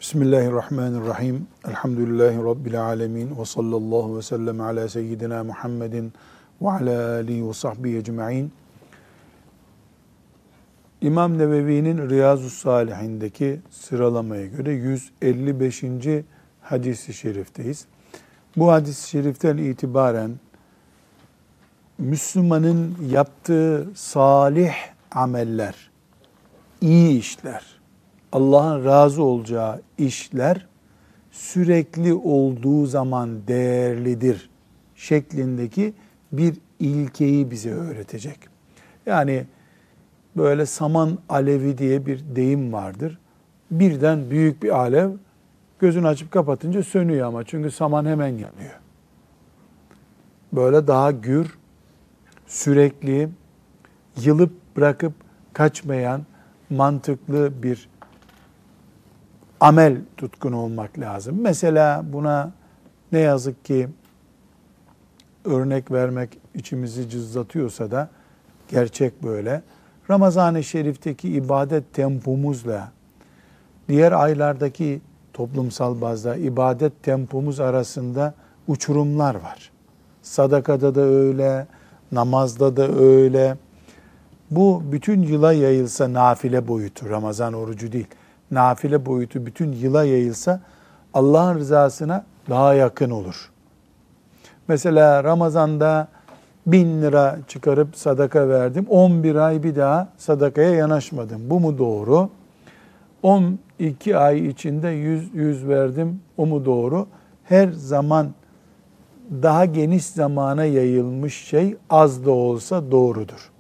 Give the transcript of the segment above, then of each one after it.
Bismillahirrahmanirrahim. Elhamdülillahi Rabbil alemin. Ve sallallahu ve sellem ala seyyidina Muhammedin ve ala alihi ve sahbihi ecma'in. İmam Nevevi'nin Riyazu's-Salihindeki sıralamaya göre 155. hadis-i şerifteyiz. Bu hadis-i şeriften itibaren Müslümanın yaptığı salih ameller, iyi işler, Allah'ın razı olacağı işler sürekli olduğu zaman değerlidir şeklindeki bir ilkeyi bize öğretecek. Yani böyle saman alevi diye bir deyim vardır. Birden büyük bir alev gözünü açıp kapatınca sönüyor ama çünkü saman hemen yanıyor. Böyle daha gür, sürekli yılıp bırakıp kaçmayan mantıklı bir amel tutkunu olmak lazım. Mesela buna ne yazık ki örnek vermek içimizi cızlatıyorsa da gerçek böyle. Ramazan-ı Şerif'teki ibadet tempomuzla diğer aylardaki toplumsal bazda ibadet tempomuz arasında uçurumlar var. Sadakada da öyle, namazda da öyle. Bu bütün yıla yayılsa nafile boyutu, Ramazan orucu değil, nafile boyutu bütün yıla yayılsa Allah'ın rızasına daha yakın olur. Mesela Ramazan'da 1000 lira çıkarıp sadaka verdim. 11 ay bir daha sadakaya yanaşmadım. Bu mu doğru? 12 ay içinde 100 verdim. O mu doğru? Her zaman daha geniş zamana yayılmış şey az da olsa doğrudur.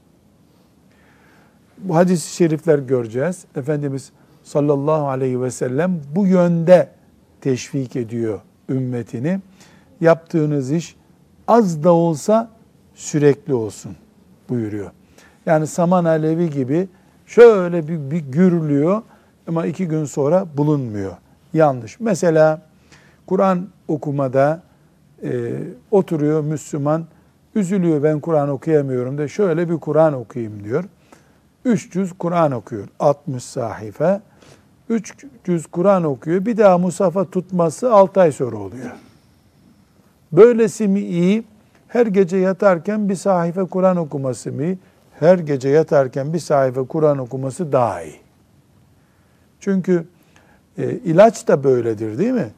Bu hadis-i şerifler göreceğiz. Efendimiz sallallahu aleyhi ve sellem bu yönde teşvik ediyor ümmetini. Yaptığınız iş az da olsa sürekli olsun buyuruyor. Yani saman alevi gibi şöyle bir gürlüyor ama 2 gün sonra bulunmuyor. Yanlış. Mesela Kur'an okumada oturuyor Müslüman, üzülüyor ben Kur'an okuyamıyorum da şöyle bir Kur'an okuyayım diyor. 3 cüz Kur'an okuyor. 60 sahife. 3 cüz Kur'an okuyor. Bir daha mushafa tutması 6 ay sonra oluyor. Böylesi mi iyi? Her gece yatarken bir sahife Kur'an okuması mı iyi? Her gece yatarken bir sahife Kur'an okuması daha iyi. Çünkü ilaç da böyledir değil mi?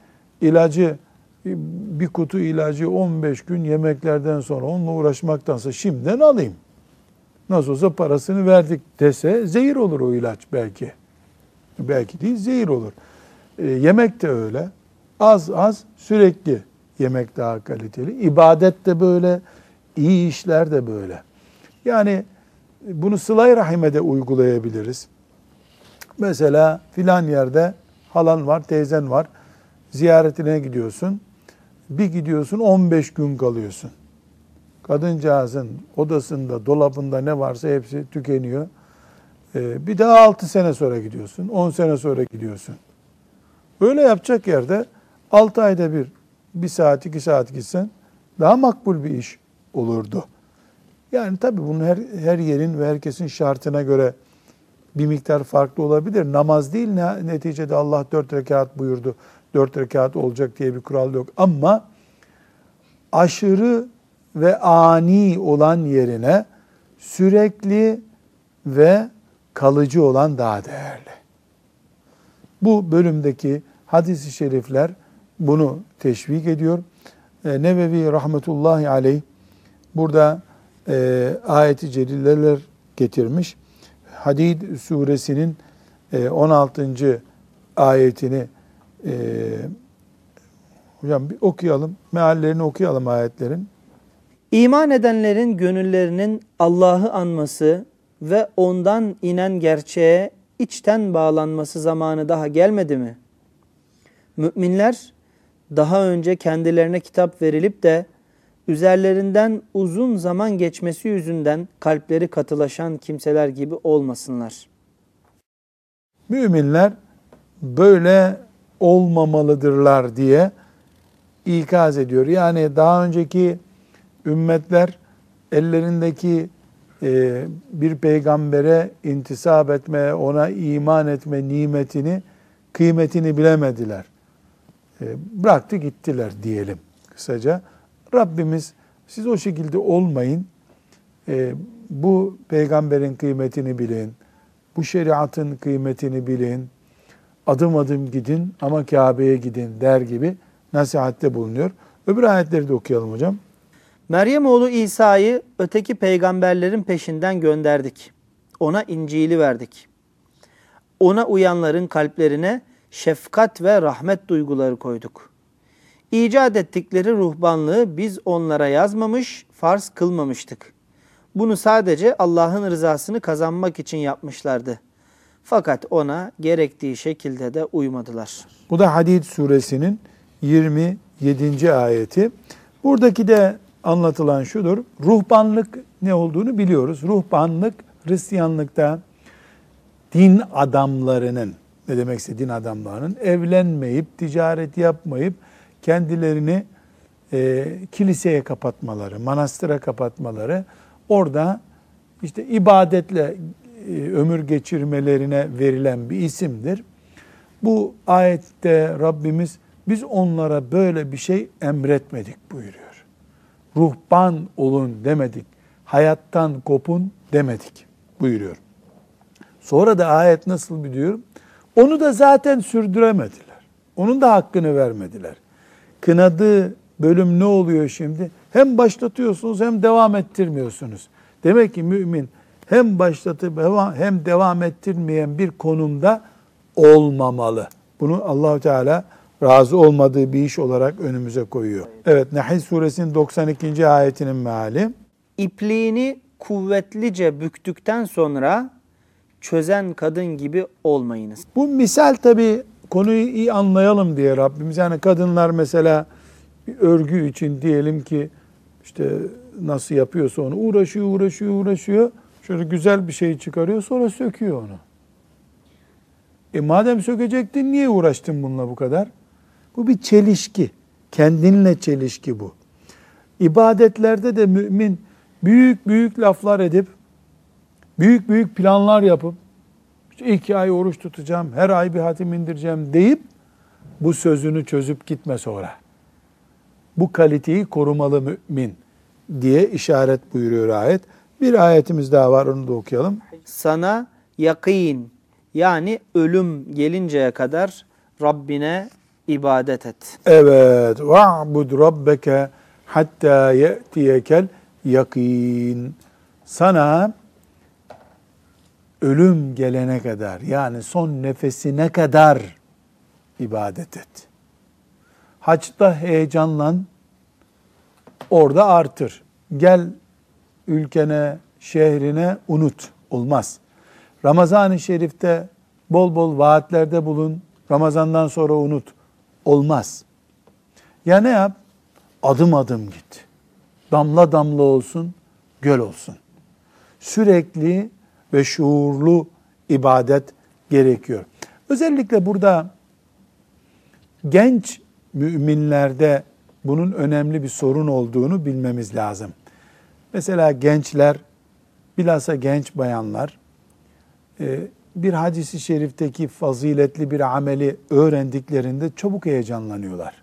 Bir kutu ilacı 15 gün yemeklerden sonra onunla uğraşmaktansa şimdiden alayım. Nasıl olsa parasını verdik dese zehir olur o ilaç belki. Belki değil, zehir olur. Yemek de öyle. Az az sürekli yemek daha kaliteli. İbadet de böyle, iyi işler de böyle. Yani bunu sıla-i rahime de uygulayabiliriz. Mesela filan yerde halan var, teyzen var. Ziyaretine gidiyorsun. Bir gidiyorsun 15 gün kalıyorsun. Kadıncağızın odasında, dolabında ne varsa hepsi tükeniyor. Bir daha 6 sene sonra gidiyorsun, 10 sene sonra gidiyorsun. Öyle yapacak yerde 6 ayda bir saat, 2 saat gitsen daha makbul bir iş olurdu. Yani tabii bunun her yerin ve herkesin şartına göre bir miktar farklı olabilir. Namaz değil, neticede Allah 4 rekat buyurdu. 4 rekat olacak diye bir kural yok. Ama aşırı ve ani olan yerine sürekli ve kalıcı olan daha değerli. Bu bölümdeki hadis-i şerifler bunu teşvik ediyor. Nevevi rahmetullahi aleyh burada ayet-i celileler getirmiş. Hadid suresinin 16. ayetini hocam bir okuyalım. Meallerini okuyalım ayetlerin. İman edenlerin gönüllerinin Allah'ı anması ve ondan inen gerçeğe içten bağlanması zamanı daha gelmedi mi? Müminler daha önce kendilerine kitap verilip de üzerlerinden uzun zaman geçmesi yüzünden kalpleri katılaşan kimseler gibi olmasınlar. Müminler böyle olmamalıdırlar diye ikaz ediyor. Yani daha önceki ümmetler ellerindeki bir peygambere intisap etme, ona iman etme nimetini kıymetini bilemediler. Bıraktı gittiler diyelim kısaca. Rabbimiz siz o şekilde olmayın. Bu peygamberin kıymetini bilin. Bu şeriatın kıymetini bilin. Adım adım gidin ama Kabe'ye gidin der gibi nasihatte bulunuyor. Öbür ayetleri de okuyalım hocam. Meryem oğlu İsa'yı öteki peygamberlerin peşinden gönderdik. Ona İncil'i verdik. Ona uyanların kalplerine şefkat ve rahmet duyguları koyduk. İcat ettikleri ruhbanlığı biz onlara yazmamış, farz kılmamıştık. Bunu sadece Allah'ın rızasını kazanmak için yapmışlardı. Fakat ona gerektiği şekilde de uymadılar. Bu da Hadid suresinin 27. ayeti. Buradaki de anlatılan şudur. Ruhbanlık ne olduğunu biliyoruz. Ruhbanlık Hristiyanlıkta din adamlarının, ne demekse din adamlarının evlenmeyip, ticaret yapmayıp kendilerini kiliseye kapatmaları, manastıra kapatmaları, orada işte ibadetle ömür geçirmelerine verilen bir isimdir. Bu ayette Rabbimiz biz onlara böyle bir şey emretmedik buyuruyor. Ruhban olun demedik, hayattan kopun demedik buyuruyor. Sonra da ayet nasıl biliyor? Onu da zaten sürdüremediler. Onun da hakkını vermediler. Kınadığı bölüm ne oluyor şimdi? Hem başlatıyorsunuz hem devam ettirmiyorsunuz. Demek ki mümin hem başlatıp hem devam ettirmeyen bir konumda olmamalı. Bunu Allah-u Teala razı olmadığı bir iş olarak önümüze koyuyor. Evet, Nahl suresinin 92. ayetinin meali. İpliğini kuvvetlice büktükten sonra çözen kadın gibi olmayınız. Bu misal tabii konuyu iyi anlayalım diye Rabbimiz. Yani kadınlar mesela bir örgü için diyelim ki işte nasıl yapıyorsa onu uğraşıyor. Şöyle güzel bir şey çıkarıyor, sonra söküyor onu. Madem sökecektin niye uğraştın bununla bu kadar? Bu bir çelişki. Kendinle çelişki bu. İbadetlerde de mümin büyük büyük laflar edip, büyük büyük planlar yapıp, işte 2 ay oruç tutacağım, her ay bir hatim indireceğim deyip, bu sözünü çözüp gitme sonra. Bu kaliteyi korumalı mümin diye işaret buyuruyor ayet. Bir ayetimiz daha var, onu da okuyalım. Sana yakin, yani ölüm gelinceye kadar Rabbine ibadet et. Evet. وَعْبُدْ رَبَّكَ hatta يَأْتِيَكَ yakin. Sana ölüm gelene kadar, yani son nefesine kadar ibadet et. Haçta heyecanlan, orada artır. Gel ülkene, şehrine unut. Olmaz. Ramazan-ı Şerif'te bol bol vaatlerde bulun. Ramazandan sonra unut. Olmaz. Ya ne yap? Adım adım git. Damla damla olsun, göl olsun. Sürekli ve şuurlu ibadet gerekiyor. Özellikle burada genç müminlerde bunun önemli bir sorun olduğunu bilmemiz lazım. Mesela gençler, bilhassa genç bayanlar, bir hadis-i şerifteki faziletli bir ameli öğrendiklerinde çabuk heyecanlanıyorlar.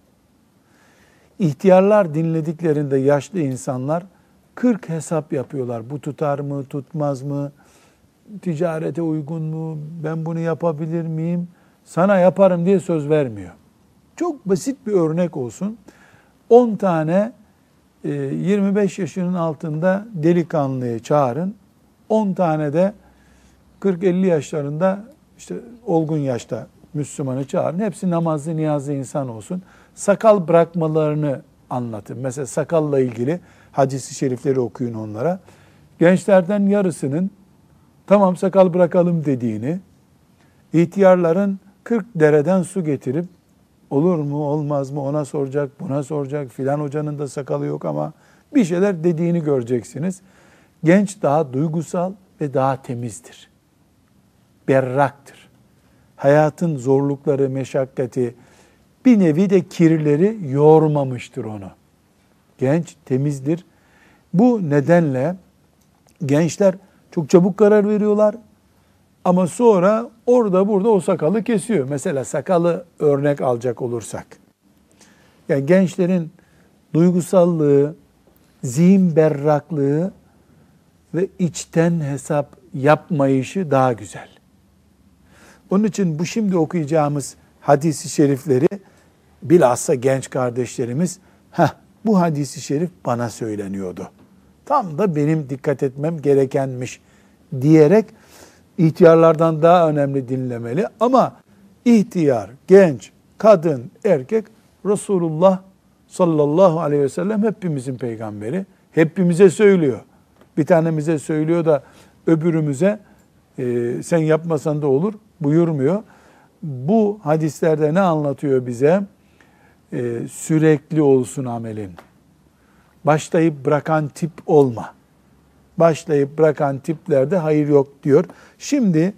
İhtiyarlar dinlediklerinde yaşlı insanlar 40 hesap yapıyorlar. Bu tutar mı, tutmaz mı? Ticarete uygun mu? Ben bunu yapabilir miyim? Sana yaparım diye söz vermiyor. Çok basit bir örnek olsun. 10 tane 25 yaşının altında delikanlıyı çağırın. 10 tane de 40-50 yaşlarında işte olgun yaşta Müslümanı çağırın. Hepsi namazlı, niyazlı insan olsun. Sakal bırakmalarını anlatın. Mesela sakalla ilgili hadis-i şerifleri okuyun onlara. Gençlerden yarısının tamam sakal bırakalım dediğini, ihtiyarların 40 dereden su getirip olur mu olmaz mı ona soracak, buna soracak, filan hocanın da sakalı yok ama bir şeyler dediğini göreceksiniz. Genç daha duygusal ve daha temizdir. Berraktır. Hayatın zorlukları, meşakkati, bir nevi de kirleri yormamıştır onu. Genç, temizdir. Bu nedenle gençler çok çabuk karar veriyorlar Ama sonra orada burada o sakalı kesiyor. Mesela sakalı örnek alacak olursak. Yani gençlerin duygusallığı, zihin berraklığı ve içten hesap yapmayışı daha güzel. Onun için bu şimdi okuyacağımız hadis-i şerifleri bilhassa genç kardeşlerimiz, bu hadis-i şerif bana söyleniyordu. Tam da benim dikkat etmem gerekenmiş diyerek ihtiyarlardan daha önemli dinlemeli. Ama ihtiyar, genç, kadın, erkek, Resulullah sallallahu aleyhi ve sellem hepimizin peygamberi. Hepimize söylüyor. Bir tanemize söylüyor da öbürümüze sen yapmasan da olur buyurmuyor. Bu hadislerde ne anlatıyor bize? Sürekli olsun amelin. Başlayıp bırakan tip olma. Başlayıp bırakan tiplerde hayır yok diyor. Şimdi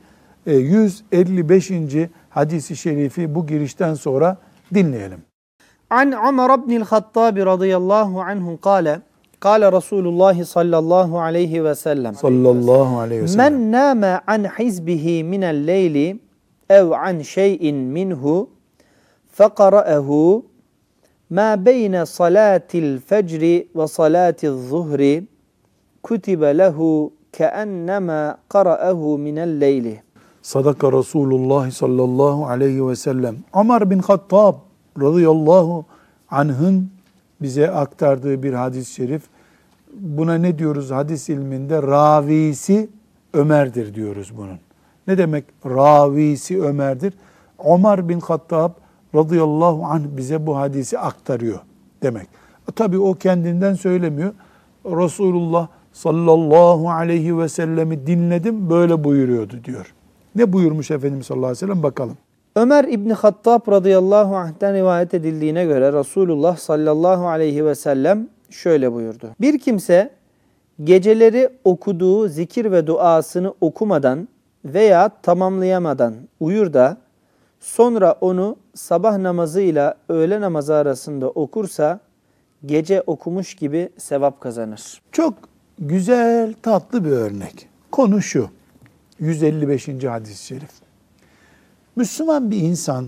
155. hadisi şerifi bu girişten sonra dinleyelim. An Ömer ibn'il Hattab radıyallahu anhu kâle kâle Resulullah sallallahu aleyhi ve sellem Sallallahu aleyhi ve sellem. men nâme an hizbihi minel leyli ev an şeyin minhu feqara'ehu ma beyne salatil fecri ve salatil zuhri kutibe lehu keennema qara'ahu minel leyli. Sadaka Resulullah sallallahu aleyhi ve sellem. Ömer bin Hattab radıyallahu anh'ın bize aktardığı bir hadis-i şerif. Buna ne diyoruz hadis ilminde? Ravisi Ömer'dir diyoruz bunun. Ne demek ravisi Ömer'dir? Ömer bin Hattab radıyallahu anh bize bu hadisi aktarıyor demek. Tabii o kendinden söylemiyor. Resulullah sallallahu aleyhi ve sellemi dinledim, böyle buyuruyordu diyor. Ne buyurmuş Efendimiz sallallahu aleyhi ve sellem bakalım. Ömer İbni Hattab radıyallahu anh'ten rivayet edildiğine göre Resulullah sallallahu aleyhi ve sellem şöyle buyurdu. Bir kimse geceleri okuduğu zikir ve duasını okumadan veya tamamlayamadan uyur da sonra onu sabah namazıyla öğle namazı arasında okursa gece okumuş gibi sevap kazanır. Çok güzel, tatlı bir örnek. Konu şu, 155. hadis-i şerif. Müslüman bir insan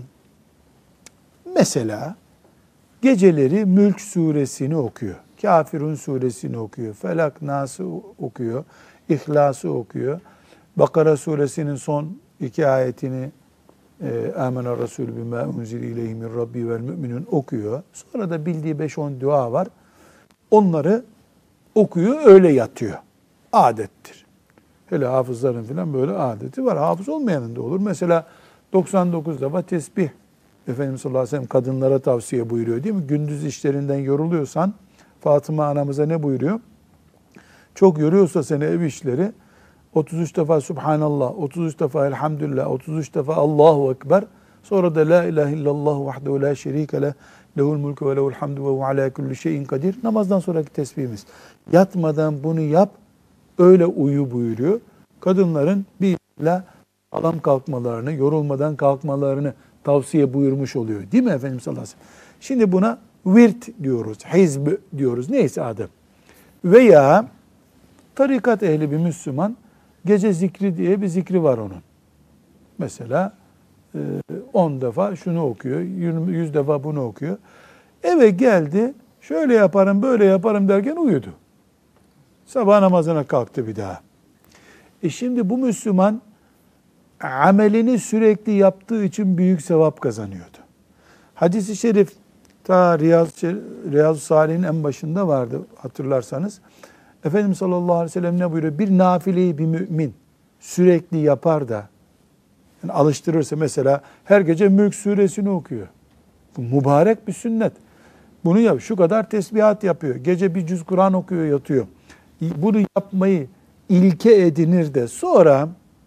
mesela geceleri Mülk suresini okuyor, Kafirun suresini okuyor, Felak, Nas'ı okuyor, İhlas'ı okuyor, Bakara suresinin son 2 ayetini Âmena Resul bimâ unzile ileyhi min Rabbi vel müminun okuyor. Sonra da bildiği 5-10 dua var. Onları okuyor, öyle yatıyor. Adettir. Hele hafızların falan böyle adeti var. Hafız olmayanın da olur. Mesela 99 defa tesbih. Efendimiz sallallahu aleyhi ve sellem kadınlara tavsiye buyuruyor değil mi? Gündüz işlerinden yoruluyorsan Fatıma anamıza ne buyuruyor? Çok yoruyorsa seni ev işleri 33 defa Subhanallah, 33 defa Elhamdülillah, 33 defa Allahu Ekber. Sonra da La ilahe illallah vahdehu la şerike leh, lehul mulku ve lehul hamdu ve hu ala kulli şeyin kadir. Namazdan sonraki tesbihimiz. Yatmadan bunu yap, öyle uyu buyuruyor. Kadınların bir alam kalkmalarını, yorulmadan kalkmalarını tavsiye buyurmuş oluyor. Değil mi Efendimiz sallallahu aleyhi ve sellem? Şimdi buna virt diyoruz, hizb diyoruz. Neyse adı. Veya tarikat ehli bir Müslüman gece zikri diye bir zikri var onun. Mesela 10 defa şunu okuyor, 100 defa bunu okuyor. Eve geldi, şöyle yaparım, böyle yaparım derken uyudu. Sabah namazına kalktı bir daha. Şimdi bu Müslüman amelini sürekli yaptığı için büyük sevap kazanıyordu. Hadis-i şerif ta Riyazu Salih'in en başında vardı hatırlarsanız. Efendimiz sallallahu aleyhi ve sellem ne buyuruyor? Bir nafileyi bir mümin sürekli yapar da yani alıştırırsa mesela her gece Mülk suresini okuyor. Bu mübarek bir sünnet. Bunu yap. Şu kadar tesbihat yapıyor. Gece bir cüz Kur'an okuyor, yatıyor. Bunu yapmayı ilke edinir de sonra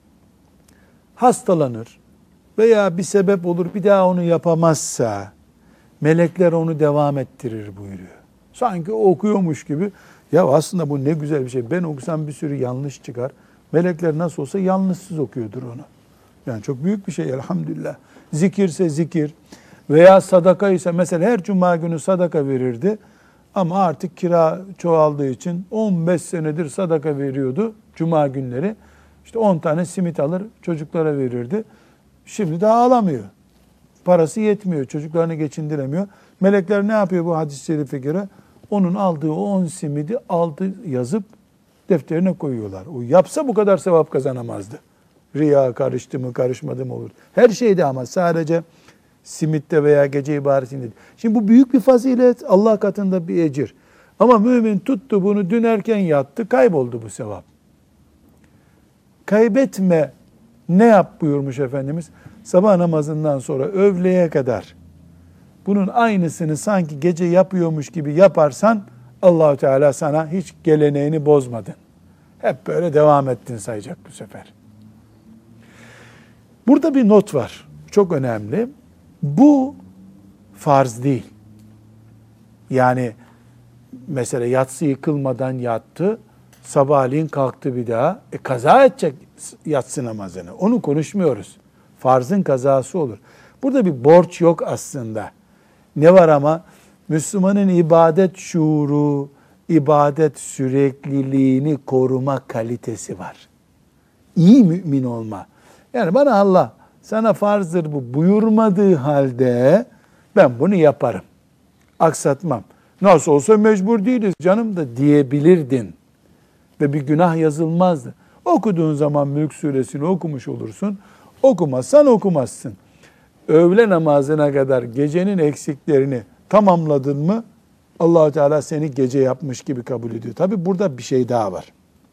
hastalanır veya bir sebep olur bir daha onu yapamazsa melekler onu devam ettirir buyuruyor. Sanki o okuyormuş gibi. Ya aslında bu ne güzel bir şey. Ben okusam bir sürü yanlış çıkar. Melekler nasıl olsa yanlışsız okuyordur onu. Yani çok büyük bir şey elhamdülillah. Zikirse zikir veya sadaka ise mesela her cuma günü sadaka verirdi. Ama artık kira çoğaldığı için 15 senedir sadaka veriyordu cuma günleri. İşte 10 tane simit alır çocuklara verirdi. Şimdi daha alamıyor. Parası yetmiyor. Çocuklarını geçindiremiyor. Melekler ne yapıyor bu hadis-i şerife göre? Onun aldığı o 10 simidi aldı yazıp defterine koyuyorlar. O yapsa bu kadar sevap kazanamazdı. Riya karıştı mı karışmadı mı olur. Her şeyde ama sadece simitte veya gece ibadetinde değil. Şimdi bu büyük bir fazilet. Allah katında bir ecir. Ama mümin tuttu bunu dün erken yattı. Kayboldu bu sevap. Kaybetme ne yap buyurmuş Efendimiz. Sabah namazından sonra öğleye kadar bunun aynısını sanki gece yapıyormuş gibi yaparsan Allah-u Teala sana hiç geleneğini bozmadın. Hep böyle devam ettin sayacak bu sefer. Burada bir not var. Çok önemli. Bu farz değil. Yani mesela yatsı yıkılmadan yattı, sabahleyin kalktı bir daha. Kaza edecek yatsı namazını. Onu konuşmuyoruz. Farzın kazası olur. Burada bir borç yok aslında. Ne var ama? Müslümanın ibadet şuuru, ibadet sürekliliğini koruma kalitesi var. İyi mümin olma. Yani bana Allah sana farzdır bu buyurmadığı halde ben bunu yaparım. Aksatmam. Nasıl olsa mecbur değiliz canım da diyebilirdin. Ve bir günah yazılmazdı. Okuduğun zaman Mülk Suresini okumuş olursun. Okumazsan okumazsın. Öğle namazına kadar gecenin eksiklerini tamamladın mı Allah-u Teala seni gece yapmış gibi kabul ediyor. Tabi burada bir şey daha var.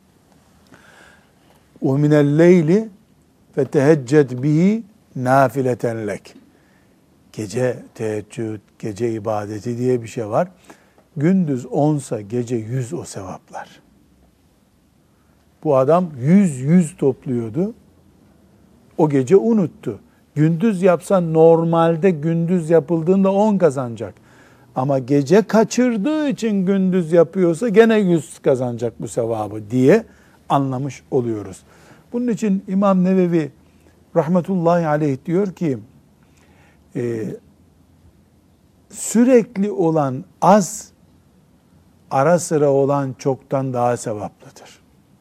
وَمِنَ اللَّيْلِ فَتَهَجَّدْ بِهِ نَافِلَةً لَكِ Gece teheccüd, gece ibadeti diye bir şey var. Gündüz 10'sa gece 100 o sevaplar. Bu adam 100 topluyordu. O gece unuttu. Gündüz yapsan normalde gündüz yapıldığında 10 kazanacak. Ama gece kaçırdığı için gündüz yapıyorsa gene 100 kazanacak bu sevabı diye anlamış oluyoruz. Bunun için İmam Nevevi rahmetullahi aleyh diyor ki sürekli olan az, ara sıra olan çoktan daha sevaplıdır.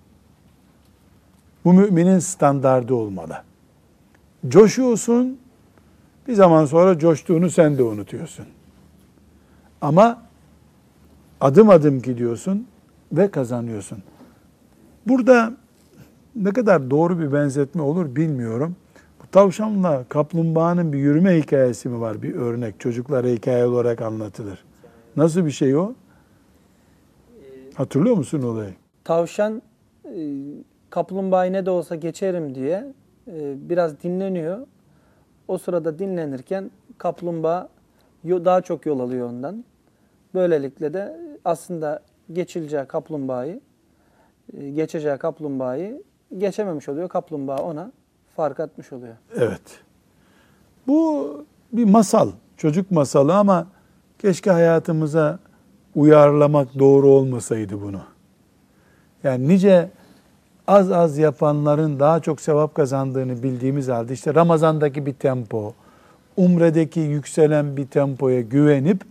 Bu müminin standardı olmalı. Coşuyorsun, bir zaman sonra coştuğunu sen de unutuyorsun. Ama adım adım gidiyorsun ve kazanıyorsun. Burada ne kadar doğru bir benzetme olur bilmiyorum. Bu tavşanla kaplumbağanın bir yürüme hikayesi mi var? Bir örnek. Çocuklara hikaye olarak anlatılır. Nasıl bir şey o? Hatırlıyor musun olayı? Tavşan kaplumbağayı ne de olsa geçerim diye biraz dinleniyor. O sırada dinlenirken kaplumbağa daha çok yol alıyor ondan. Böylelikle de aslında geçeceği kaplumbağayı geçememiş oluyor. Kaplumbağa ona fark atmış oluyor. Evet. Bu bir masal, çocuk masalı ama keşke hayatımıza uyarlamak doğru olmasaydı bunu. Yani nice az yapanların daha çok sevap kazandığını bildiğimiz halde işte Ramazan'daki bir tempo, Umre'deki yükselen bir tempoya güvenip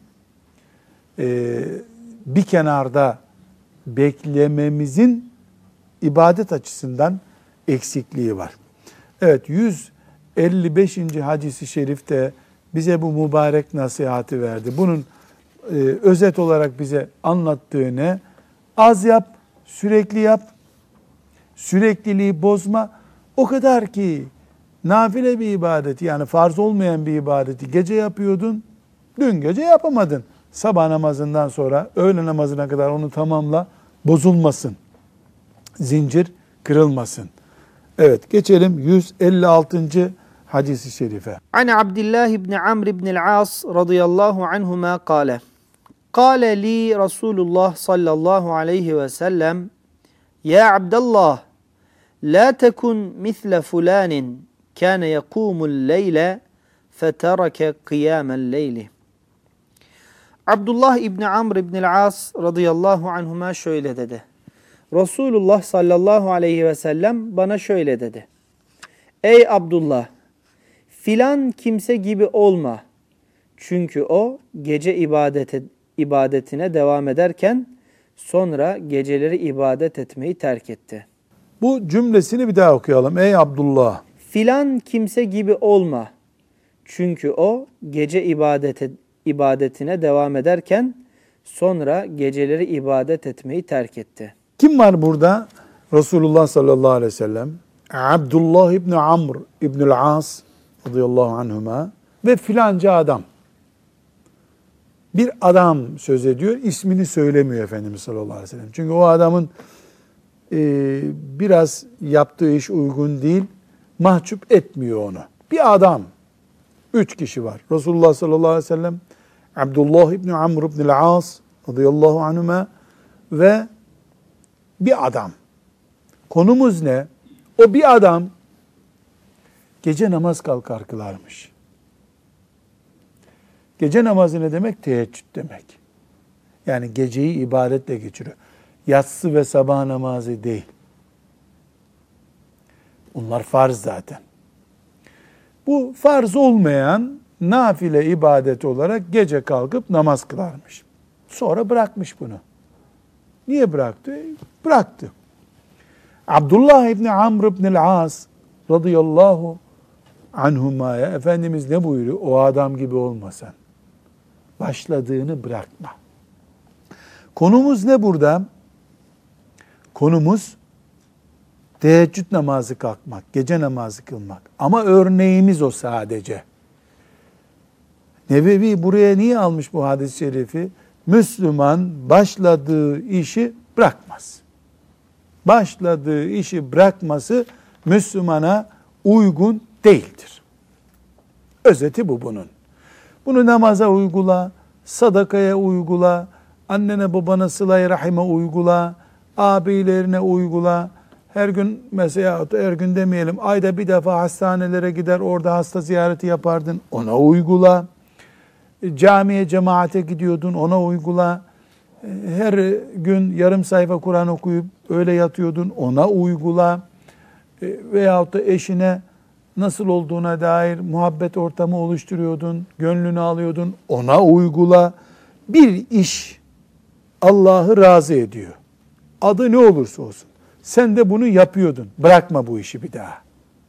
bir kenarda beklememizin ibadet açısından eksikliği var. Evet, 155. hadisi şerifte bize bu mübarek nasihati verdi. Bunun özet olarak bize anlattığı ne? Az yap, sürekli yap, sürekliliği bozma. O kadar ki nafile bir ibadeti, yani farz olmayan bir ibadeti gece yapıyordun, dün gece yapamadın. Sabah namazından sonra öğle namazına kadar onu tamamla, bozulmasın. Zincir kırılmasın. Evet, geçelim 156. hadisi şerife. An Abdullah ibn Amr ibn al-As radıyallahu anhuma kâle. Kâle li Resulullah sallallahu aleyhi ve sellem Ya Abdullah la tekun misle fulanin kâne yekûmul leyle fetereke kıyâmel leyli. Abdullah İbni Amr İbni As radıyallahu anhuma şöyle dedi. Resulullah sallallahu aleyhi ve sellem bana şöyle dedi. Ey Abdullah, filan kimse gibi olma. Çünkü o gece ibadetine devam ederken sonra geceleri ibadet etmeyi terk etti. Bu cümlesini bir daha okuyalım. Ey Abdullah. Filan kimse gibi olma. Çünkü o gece ibadetine devam ederken sonra geceleri ibadet etmeyi terk etti. Kim var burada? Resulullah sallallahu aleyhi ve sellem, Abdullah İbni Amr İbnül As radıyallahu anhuma ve filanca adam. Bir adam söz ediyor, ismini söylemiyor Efendimiz sallallahu aleyhi ve sellem. Çünkü o adamın biraz yaptığı iş uygun değil, mahcup etmiyor onu. Bir adam, 3 kişi var. Resulullah sallallahu aleyhi ve sellem, Abdullah İbni Amr İbnül As radıyallahu anhuma ve bir adam. Konumuz ne? O bir adam gece namaz kalkar kılarmış. Gece namazı ne demek? Teheccüd demek. Yani geceyi ibadetle geçiriyor. Yatsı ve sabah namazı değil. Bunlar farz zaten. Bu farz olmayan nafile ibadet olarak gece kalkıp namaz kılarmış. Sonra bırakmış bunu. Niye bıraktı? Bıraktı. Abdullah İbni Amr İbnül As radıyallahu anhumaya Efendimiz ne buyuruyor? O adam gibi olmasan. Başladığını bırakma. Konumuz ne burada? Konumuz teheccüd namazı kalkmak, gece namazı kılmak. Ama örneğimiz o sadece. Nebevi buraya niye almış bu hadis-i şerifi? Müslüman başladığı işi bırakmaz. Başladığı işi bırakması Müslümana uygun değildir. Özeti bu bunun. Bunu namaza uygula, sadakaya uygula, annene babana sıla-i rahime uygula, abilerine uygula. Her gün mesela her gün demeyelim ayda bir defa hastanelere gider orada hasta ziyareti yapardın ona uygula. Camiye cemaate gidiyordun ona uygula. Her gün yarım sayfa Kur'an okuyup öyle yatıyordun ona uygula. Veyahut da eşine nasıl olduğuna dair muhabbet ortamı oluşturuyordun, gönlünü alıyordun ona uygula. Bir iş Allah'ı razı ediyor. Adı ne olursa olsun. Sen de bunu yapıyordun. Bırakma bu işi bir daha.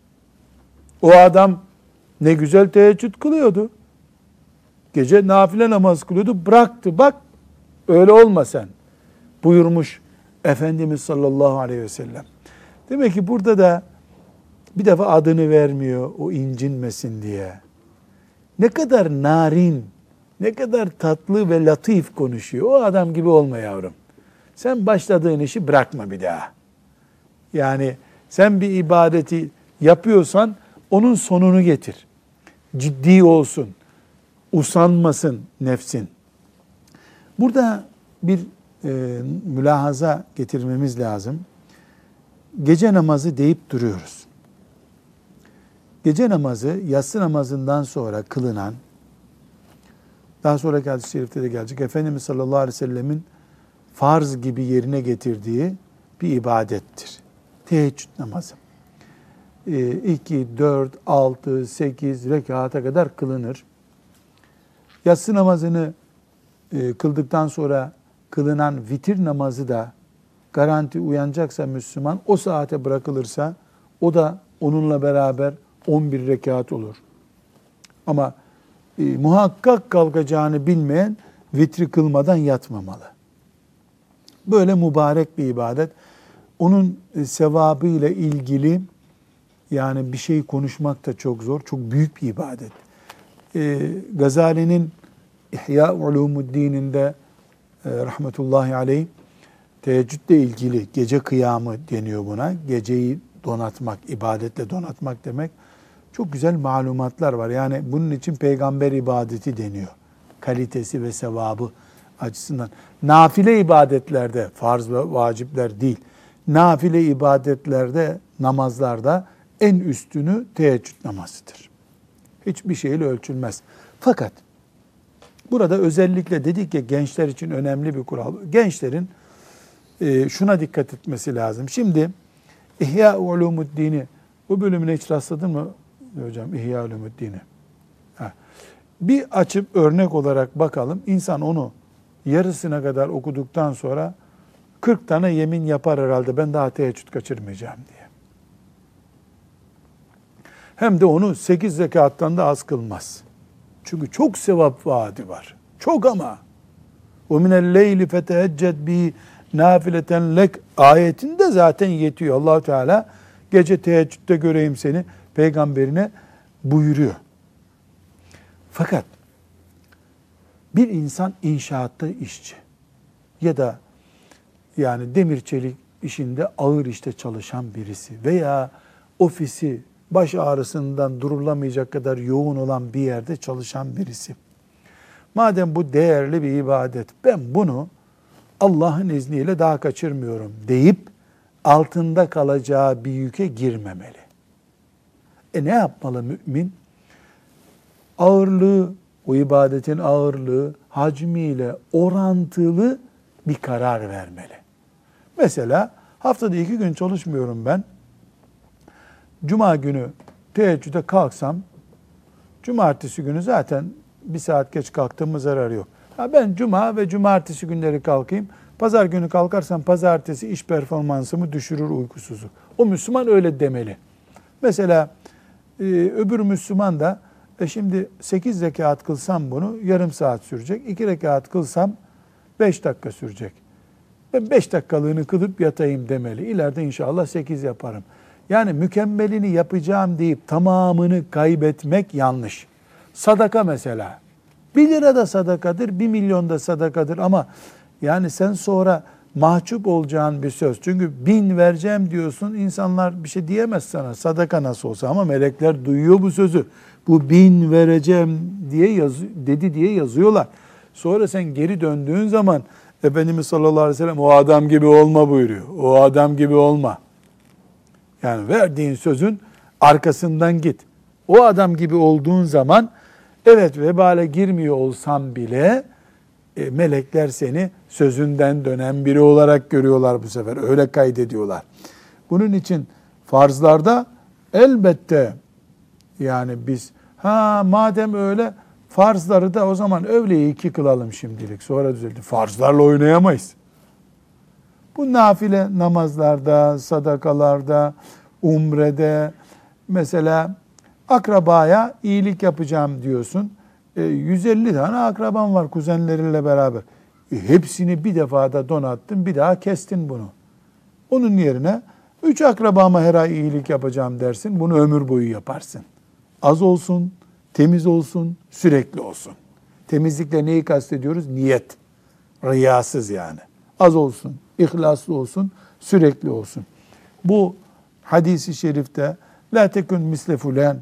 O adam ne güzel teheccüd kılıyordu. Gece nafile namaz kılıyordu. Bıraktı. Bak öyle olma sen. Buyurmuş Efendimiz sallallahu aleyhi ve sellem. Demek ki burada da bir defa adını vermiyor o incinmesin diye. Ne kadar narin, ne kadar tatlı ve latif konuşuyor. O adam gibi olma yavrum. Sen başladığın işi bırakma bir daha. Yani sen bir ibadeti yapıyorsan onun sonunu getir. Ciddi olsun. Usanmasın nefsin. Burada bir mülahaza getirmemiz lazım. Gece namazı deyip duruyoruz. Gece namazı yatsı namazından sonra kılınan, daha sonraki hadis-i şerifte de gelecek, Efendimiz sallallahu aleyhi ve sellemin farz gibi yerine getirdiği bir ibadettir. Teheccüd namazı. 2, 4, 6, 8 rekata kadar kılınır. Yatsı namazını kıldıktan sonra kılınan vitir namazı da garanti uyanacaksa Müslüman o saate bırakılırsa o da onunla beraber 11 rekat olur. Ama muhakkak kalkacağını bilmeyen vitri kılmadan yatmamalı. Böyle mübarek bir ibadet. Onun sevabı ile ilgili yani bir şey konuşmak da çok zor. Çok büyük bir ibadet. Gazali'nin İhya Ulumuddin'inde rahmetullahi aleyh teheccüdle ilgili gece kıyamı deniyor buna. Geceyi donatmak, ibadetle donatmak demek. Çok güzel malumatlar var. Yani bunun için peygamber ibadeti deniyor. Kalitesi ve sevabı açısından. Nafile ibadetlerde, farz ve vacipler değil, nafile ibadetlerde, namazlarda en üstünü teheccüd namazıdır. Hiçbir şeyle ölçülmez. Fakat burada özellikle dedik ya gençler için önemli bir kural. Gençlerin şuna dikkat etmesi lazım. Şimdi İhya Ulumuddin'i bu bölümüne hiç rastladın mı hocam? İhya Ulumuddin'i. Bir açıp örnek olarak bakalım. İnsan onu yarısına kadar okuduktan sonra 40 tane yemin yapar herhalde ben daha teheccüd kaçırmayacağım diye. Hem de onu 8 rekattan da az kılmaz. Çünkü çok sevap vaadi var. Çok ama. وَمِنَ اللَّيْلِ فَتَهَجَّدْ بِهِ nafileten lek ayetinde zaten yetiyor. Allah-u Teala gece teheccüde göreyim seni peygamberine buyuruyor. Fakat bir insan inşaatta işçi ya da yani demir çelik işinde ağır işte çalışan birisi veya ofisi baş ağrısından durulamayacak kadar yoğun olan bir yerde çalışan birisi. Madem bu değerli bir ibadet, ben bunu Allah'ın izniyle daha kaçırmıyorum deyip altında kalacağı bir yüke girmemeli. Ne yapmalı mümin? Ağırlığı, o ibadetin ağırlığı, hacmiyle orantılı bir karar vermeli. Mesela haftada 2 gün çalışmıyorum ben. Cuma günü teheccüde kalksam, cumartesi günü zaten 1 saat geç kalktığımı zararı yok. Ben cuma ve cumartesi günleri kalkayım. Pazar günü kalkarsam pazartesi iş performansımı düşürür uykusuzluk. O Müslüman öyle demeli. Mesela öbür Müslüman da şimdi 8 rekat kılsam bunu yarım saat sürecek. 2 rekat kılsam 5 dakika sürecek. Ben 5 dakikalığını kılıp yatayım demeli. İleride inşallah 8 yaparım. Yani mükemmelini yapacağım deyip tamamını kaybetmek yanlış. Sadaka mesela. 1 lira da sadakadır, 1 milyon da sadakadır ama yani sen sonra mahcup olacağın bir söz. Çünkü 1000 vereceğim diyorsun, insanlar bir şey diyemez sana. Sadaka nasıl olsa ama melekler duyuyor bu sözü. Bu 1000 vereceğim diye dedi diye yazıyorlar. Sonra sen geri döndüğün zaman Efendimiz sallallahu aleyhi ve sellem o adam gibi olma buyuruyor. O adam gibi olma. Yani verdiğin sözün arkasından git. O adam gibi olduğun zaman evet vebale girmiyor olsam bile melekler seni sözünden dönen biri olarak görüyorlar bu sefer. Öyle kaydediyorlar. Bunun için farzlarda elbette yani biz madem öyle farzları da o zaman öğleyi 2 kılalım şimdilik. Sonra düzeldi. Farzlarla oynayamayız. Bu nafile namazlarda, sadakalarda, umrede mesela akrabaya iyilik yapacağım diyorsun. 150 tane akraban var kuzenlerinle beraber. Hepsini bir defada donattın, bir daha kestin bunu. Onun yerine 3 akrabama her ay iyilik yapacağım dersin. Bunu ömür boyu yaparsın. Az olsun, temiz olsun, sürekli olsun. Temizlikle neyi kastediyoruz? Niyet. Riyasız yani. Az olsun, ihlaslı olsun, sürekli olsun. Bu hadisi şerifte la tekun misle fulan.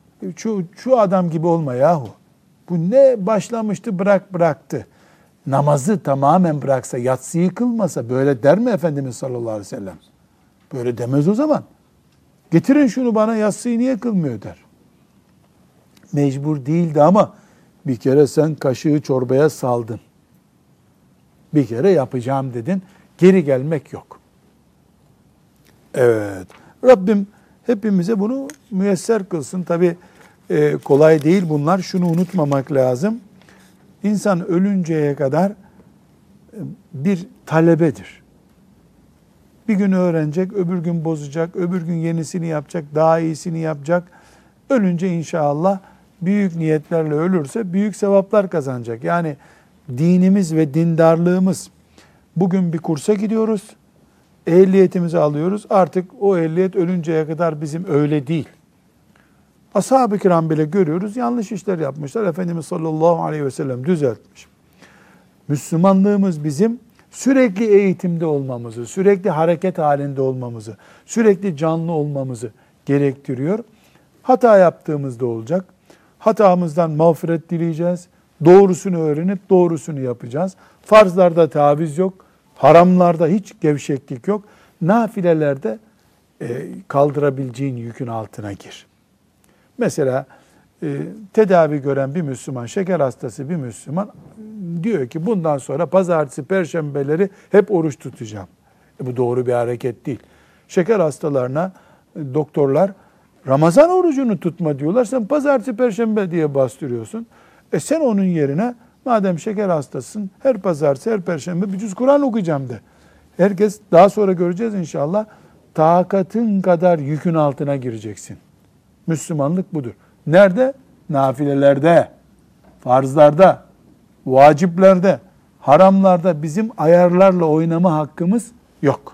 Şu adam gibi olma yahu. Bu ne başlamıştı bıraktı. Namazı tamamen bıraksa, yatsıyı kılmasa böyle der mi Efendimiz sallallahu aleyhi ve sellem? Böyle demez o zaman. Getirin şunu bana, yatsıyı niye kılmıyor der. Mecbur değildi ama bir kere sen kaşığı çorbaya saldın. Bir kere yapacağım dedin. Geri gelmek yok. Evet. Rabbim hepimize bunu müyesser kılsın. Tabii kolay değil bunlar. Şunu unutmamak lazım. İnsan ölünceye kadar bir talebedir. Bir gün öğrenecek, öbür gün bozacak, öbür gün yenisini yapacak, daha iyisini yapacak. Ölünce inşallah büyük niyetlerle ölürse büyük sevaplar kazanacak. Yani dinimiz ve dindarlığımız, bugün bir kursa gidiyoruz, ehliyetimizi alıyoruz. Artık o ehliyet ölünceye kadar bizim öyle değil. Ashab-ı kiram bile görüyoruz, yanlış işler yapmışlar. Efendimiz sallallahu aleyhi ve sellem düzeltmiş. Müslümanlığımız bizim sürekli eğitimde olmamızı, sürekli hareket halinde olmamızı, sürekli canlı olmamızı gerektiriyor. Hata yaptığımızda olacak. Hatamızdan mağfiret dileyeceğiz. Doğrusunu öğrenip doğrusunu yapacağız. Farzlarda taviz yok. Haramlarda hiç gevşeklik yok. Nafilelerde kaldırabileceğin yükün altına gir. Mesela tedavi gören bir Müslüman, şeker hastası bir Müslüman diyor ki bundan sonra pazartesi, perşembeleri hep oruç tutacağım. Bu doğru bir hareket değil. Şeker hastalarına doktorlar Ramazan orucunu tutma diyorlar. Sen pazartesi, perşembe diye bastırıyorsun. Sen onun yerine madem şeker hastasın her pazartesi, her perşembe bir cüz Kur'an okuyacağım de. Herkes, daha sonra göreceğiz inşallah, takatın kadar yükün altına gireceksin. Müslümanlık budur. Nerede? Nafilelerde, farzlarda, vaciplerde, haramlarda bizim ayarlarla oynama hakkımız yok.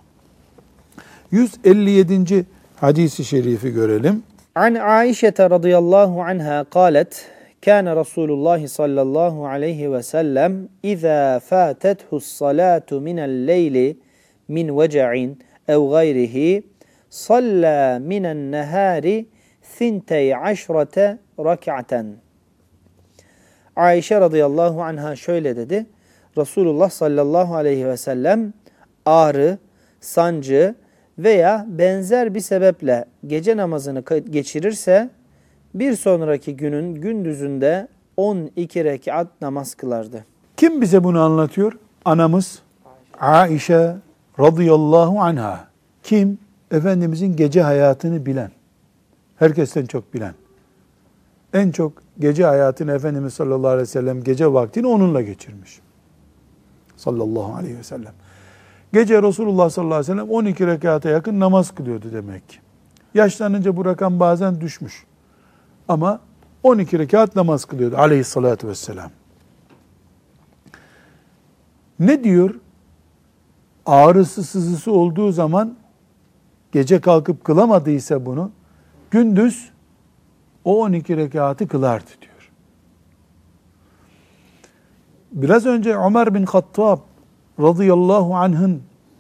157. hadisi şerifi görelim. An Aişe radıyallahu anha qalet كان رسول الله صلى الله عليه وسلم إذا فاتته الصلاة من الليل من وجع أو غيره صلى من النهار 12 ركعة. Ayşe radıyallahu anha şöyle dedi. Resulullah sallallahu aleyhi ve sellem ağrı, sancı veya benzer bir sebeple gece namazını geçirirse bir sonraki günün gündüzünde 12 rekat namaz kılardı. Kim bize bunu anlatıyor? Anamız Aişe radıyallahu anha. Kim? Efendimizin gece hayatını bilen. Herkesten çok bilen. En çok gece hayatını Efendimiz sallallahu aleyhi ve sellem gece vaktini onunla geçirmiş. Sallallahu aleyhi ve sellem. Gece Resulullah sallallahu aleyhi ve sellem 12 rekata yakın namaz kılıyordu demek ki. Yaşlanınca bu rakam bazen düşmüş. Ama 12 rekat namaz kılıyordu aleyhissalatü vesselam. Ne diyor? Ağrısı sızısı olduğu zaman gece kalkıp kılamadıysa bunu gündüz o 12 rekatı kılardı diyor. Biraz önce Ömer bin Hattab radıyallahu anh'ın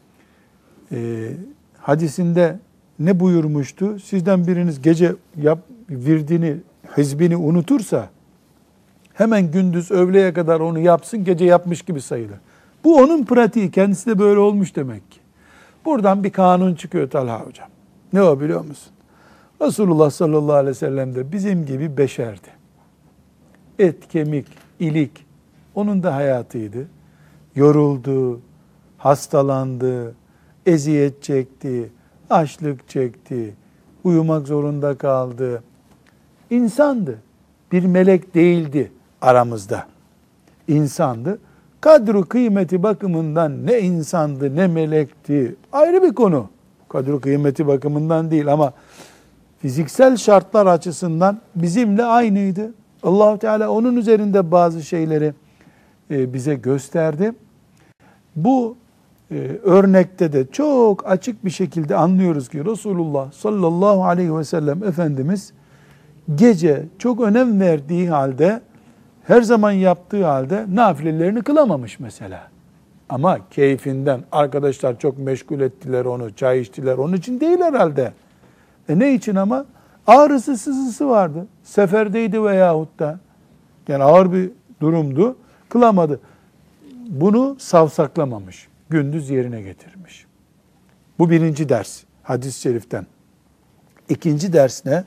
hadisinde ne buyurmuştu? Sizden biriniz gece virdini, hizbini unutursa hemen gündüz öğleye kadar onu yapsın, gece yapmış gibi sayılır. Bu onun pratiği, kendisi de böyle olmuş demek ki. Buradan bir kanun çıkıyor Talha hocam. Ne o biliyor musun? Resulullah sallallahu aleyhi ve sellem de bizim gibi beşerdi. Et, kemik, ilik onun da hayatıydı. Yoruldu, hastalandı, eziyet çekti, açlık çekti, uyumak zorunda kaldı. İnsandı. Bir melek değildi aramızda. İnsandı. Kadru kıymeti bakımından ne insandı ne melekti. Ayrı bir konu. Kadru kıymeti bakımından değil ama fiziksel şartlar açısından bizimle aynıydı. Allah-u Teala onun üzerinde bazı şeyleri bize gösterdi. Bu örnekte de çok açık bir şekilde anlıyoruz ki Resulullah sallallahu aleyhi ve sellem Efendimiz gece çok önem verdiği halde, her zaman yaptığı halde nafilelerini kılamamış mesela. Ama keyfinden, arkadaşlar çok meşgul ettiler onu, çay içtiler, onun için değil herhalde. Ne için ama? Ağrısı sızısı vardı. Seferdeydi veyahut da. Yani ağır bir durumdu. Kılamadı. Bunu savsaklamamış. Gündüz yerine getirmiş. Bu birinci ders hadis-i şeriften. İkinci ders ne?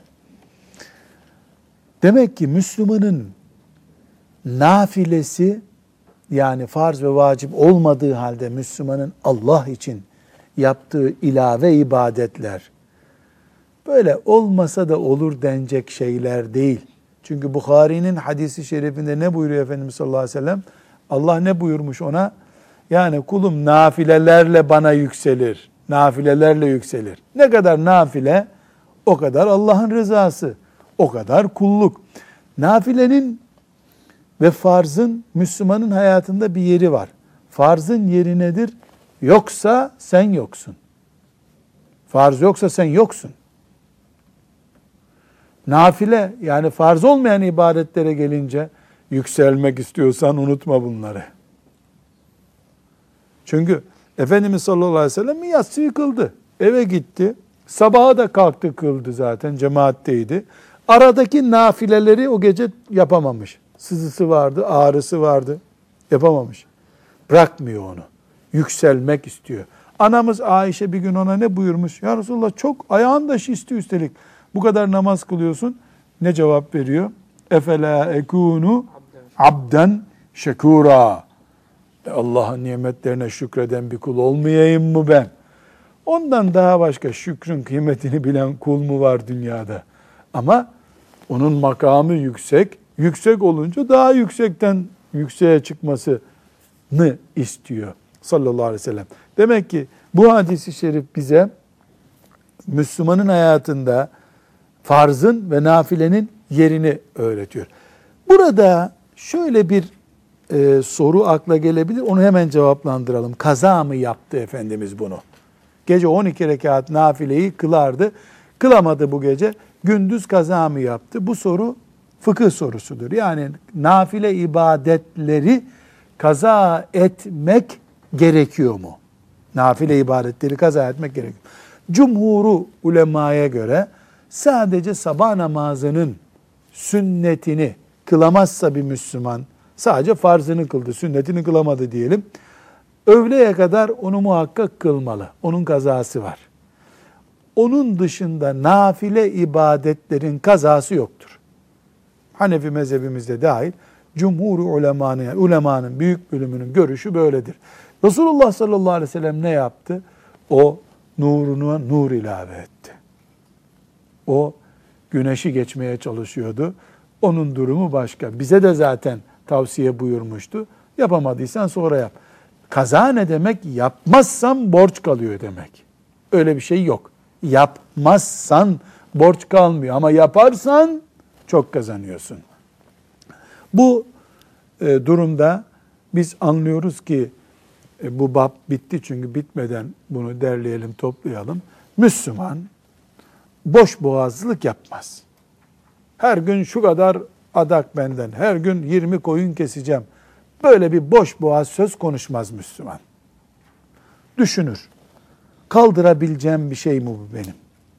Demek ki Müslümanın nafilesi, yani farz ve vacip olmadığı halde Müslümanın Allah için yaptığı ilave ibadetler böyle olmasa da olur denecek şeyler değil. Çünkü Bukhari'nin hadisi şerifinde ne buyuruyor Efendimiz sallallahu aleyhi ve sellem? Allah ne buyurmuş ona? Yani kulum nafilelerle bana yükselir. Nafilelerle yükselir. Ne kadar nafile, o kadar Allah'ın rızası, o kadar kulluk. Nafilenin ve farzın Müslümanın hayatında bir yeri var. Farzın yeri nedir? Yoksa sen yoksun. Farz yoksa sen yoksun. Nafile, yani farz olmayan ibadetlere gelince yükselmek istiyorsan unutma bunları. Çünkü Efendimiz sallallahu aleyhi ve sellem yatsıyı kıldı. Eve gitti. Sabaha da kalktı kıldı zaten. Cemaatteydi. Aradaki nafileleri o gece yapamamış. Sızısı vardı, ağrısı vardı. Yapamamış. Bırakmıyor onu. Yükselmek istiyor. Anamız Ayşe bir gün ona ne buyurmuş? Ya Resulullah çok ayağın da şişti üstelik. Bu kadar namaz kılıyorsun. Ne cevap veriyor? Efela ekunu abden şekura. Allah'ın nimetlerine şükreden bir kul olmayayım mı ben? Ondan daha başka şükrün kıymetini bilen kul mu var dünyada? Ama onun makamı yüksek. Yüksek olunca daha yüksekten yükseğe çıkmasını istiyor sallallahu aleyhi ve sellem. Demek ki bu hadis-i şerif bize Müslümanın hayatında farzın ve nafilenin yerini öğretiyor. Burada şöyle bir soru akla gelebilir. Onu hemen cevaplandıralım. Kaza mı yaptı Efendimiz bunu? Gece 12 rekat nafileyi kılardı. Kılamadı bu gece. Gündüz kaza mı yaptı? Bu soru fıkıh sorusudur. Yani nafile ibadetleri kaza etmek gerekiyor mu? Nafile ibadetleri kaza etmek gerekiyor. Cumhuru ulemaya göre sadece sabah namazının sünnetini kılamazsa bir Müslüman, sadece farzını kıldı, sünnetini kılamadı diyelim. Öğleye kadar onu muhakkak kılmalı. Onun kazası var. Onun dışında nafile ibadetlerin kazası yoktur. Hanefi mezhebimizde dahil cumhur ulemanın büyük bölümünün görüşü böyledir. Resulullah sallallahu aleyhi ve sellem ne yaptı? O nuruna nur ilave etti. O güneşi geçmeye çalışıyordu. Onun durumu başka. Bize de zaten tavsiye buyurmuştu. Yapamadıysan sonra yap. Kaza ne demek? Yapmazsan borç kalıyor demek. Öyle bir şey yok. Yapmazsan borç kalmıyor ama yaparsan çok kazanıyorsun. Bu durumda biz anlıyoruz ki bu bab bitti, çünkü bitmeden bunu derleyelim, toplayalım. Müslüman boş boğazlılık yapmaz. Her gün şu kadar adak benden, her gün 20 koyun keseceğim. Böyle bir boş boğaz söz konuşmaz Müslüman. Düşünür. Kaldırabileceğim bir şey mi bu benim?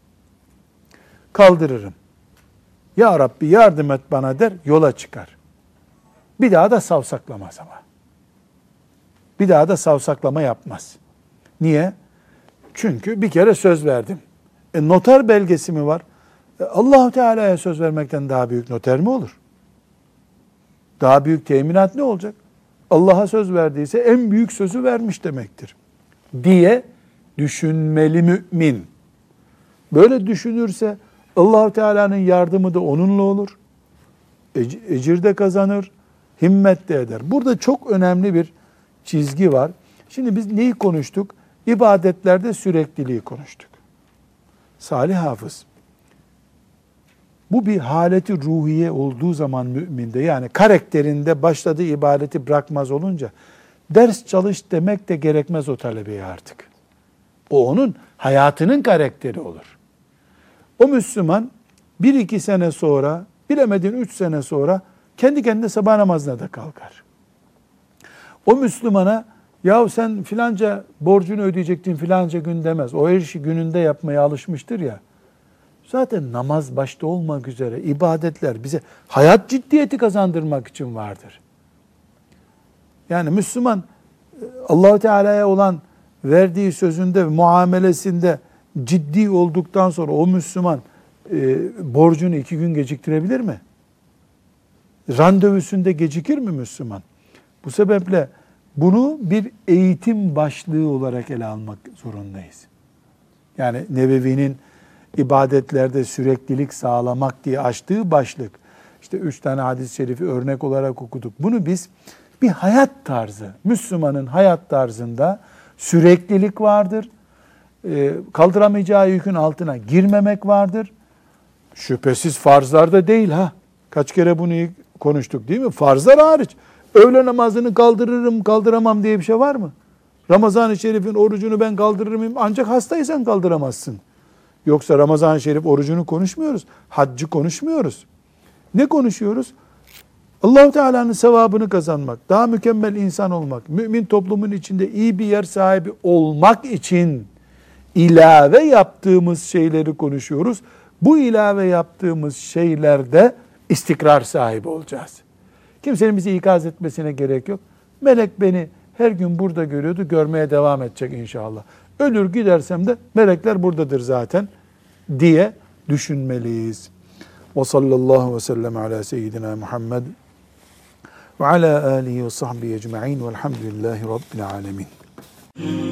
Kaldırırım. Ya Rabbi yardım et bana der, yola çıkar. Bir daha da savsaklamaz ama. Bir daha da savsaklama yapmaz. Niye? Çünkü bir kere söz verdim. Noter belgesi mi var? Allah-u Teala'ya söz vermekten daha büyük noter mi olur? Daha büyük teminat ne olacak? Allah'a söz verdiyse en büyük sözü vermiş demektir diye düşünmeli mümin. Böyle düşünürse Allah-u Teala'nın yardımı da onunla olur. Ecir de kazanır, himmet de eder. Burada çok önemli bir çizgi var. Şimdi biz neyi konuştuk? İbadetlerde sürekliliği konuştuk. Salih Hafız, bu bir haleti ruhiye olduğu zaman müminde, yani karakterinde başladığı ibadeti bırakmaz olunca ders çalış demek de gerekmez o talebeye artık. O onun hayatının karakteri olur. O Müslüman 1-2 sene sonra, bilemedin 3 sene sonra kendi kendine sabah namazına da kalkar. O Müslümana yahu sen filanca borcunu ödeyecektin filanca gün demez. O her işi gününde yapmaya alışmıştır ya. Zaten namaz başta olmak üzere ibadetler bize hayat ciddiyeti kazandırmak için vardır. Yani Müslüman Allah-u Teala'ya olan verdiği sözünde, muamelesinde ciddi olduktan sonra o Müslüman borcunu 2 gün geciktirebilir mi? Randevusunda gecikir mi Müslüman? Bu sebeple bunu bir eğitim başlığı olarak ele almak zorundayız. Yani Nevevi'nin ibadetlerde süreklilik sağlamak diye açtığı başlık, işte 3 tane hadis-i şerifi örnek olarak okuduk. Bunu biz bir hayat tarzı, Müslümanın hayat tarzında süreklilik vardır. Kaldıramayacağı yükün altına girmemek vardır. Şüphesiz farzlarda değil ha. Kaç kere bunu konuştuk değil mi? Farzlar hariç. Öğle namazını kaldırırım, kaldıramam diye bir şey var mı? Ramazan-ı Şerif'in orucunu ben kaldırırım, ancak hastaysan kaldıramazsın. Yoksa Ramazan-ı Şerif orucunu konuşmuyoruz. Haccı konuşmuyoruz. Ne konuşuyoruz? Allah-u Teala'nın sevabını kazanmak, daha mükemmel insan olmak, mümin toplumun içinde iyi bir yer sahibi olmak için ilave yaptığımız şeyleri konuşuyoruz. Bu ilave yaptığımız şeylerde istikrar sahibi olacağız. Kimsenin bizi ikaz etmesine gerek yok. Melek beni her gün burada görüyordu, görmeye devam edecek inşallah. Ölür gidersem de melekler buradadır zaten diye düşünmeliyiz. Ve sallallahu ve sellem ala seyyidina Muhammed ve ala alihi ve sahbihi ecma'in velhamdülillahi rabbil alemin.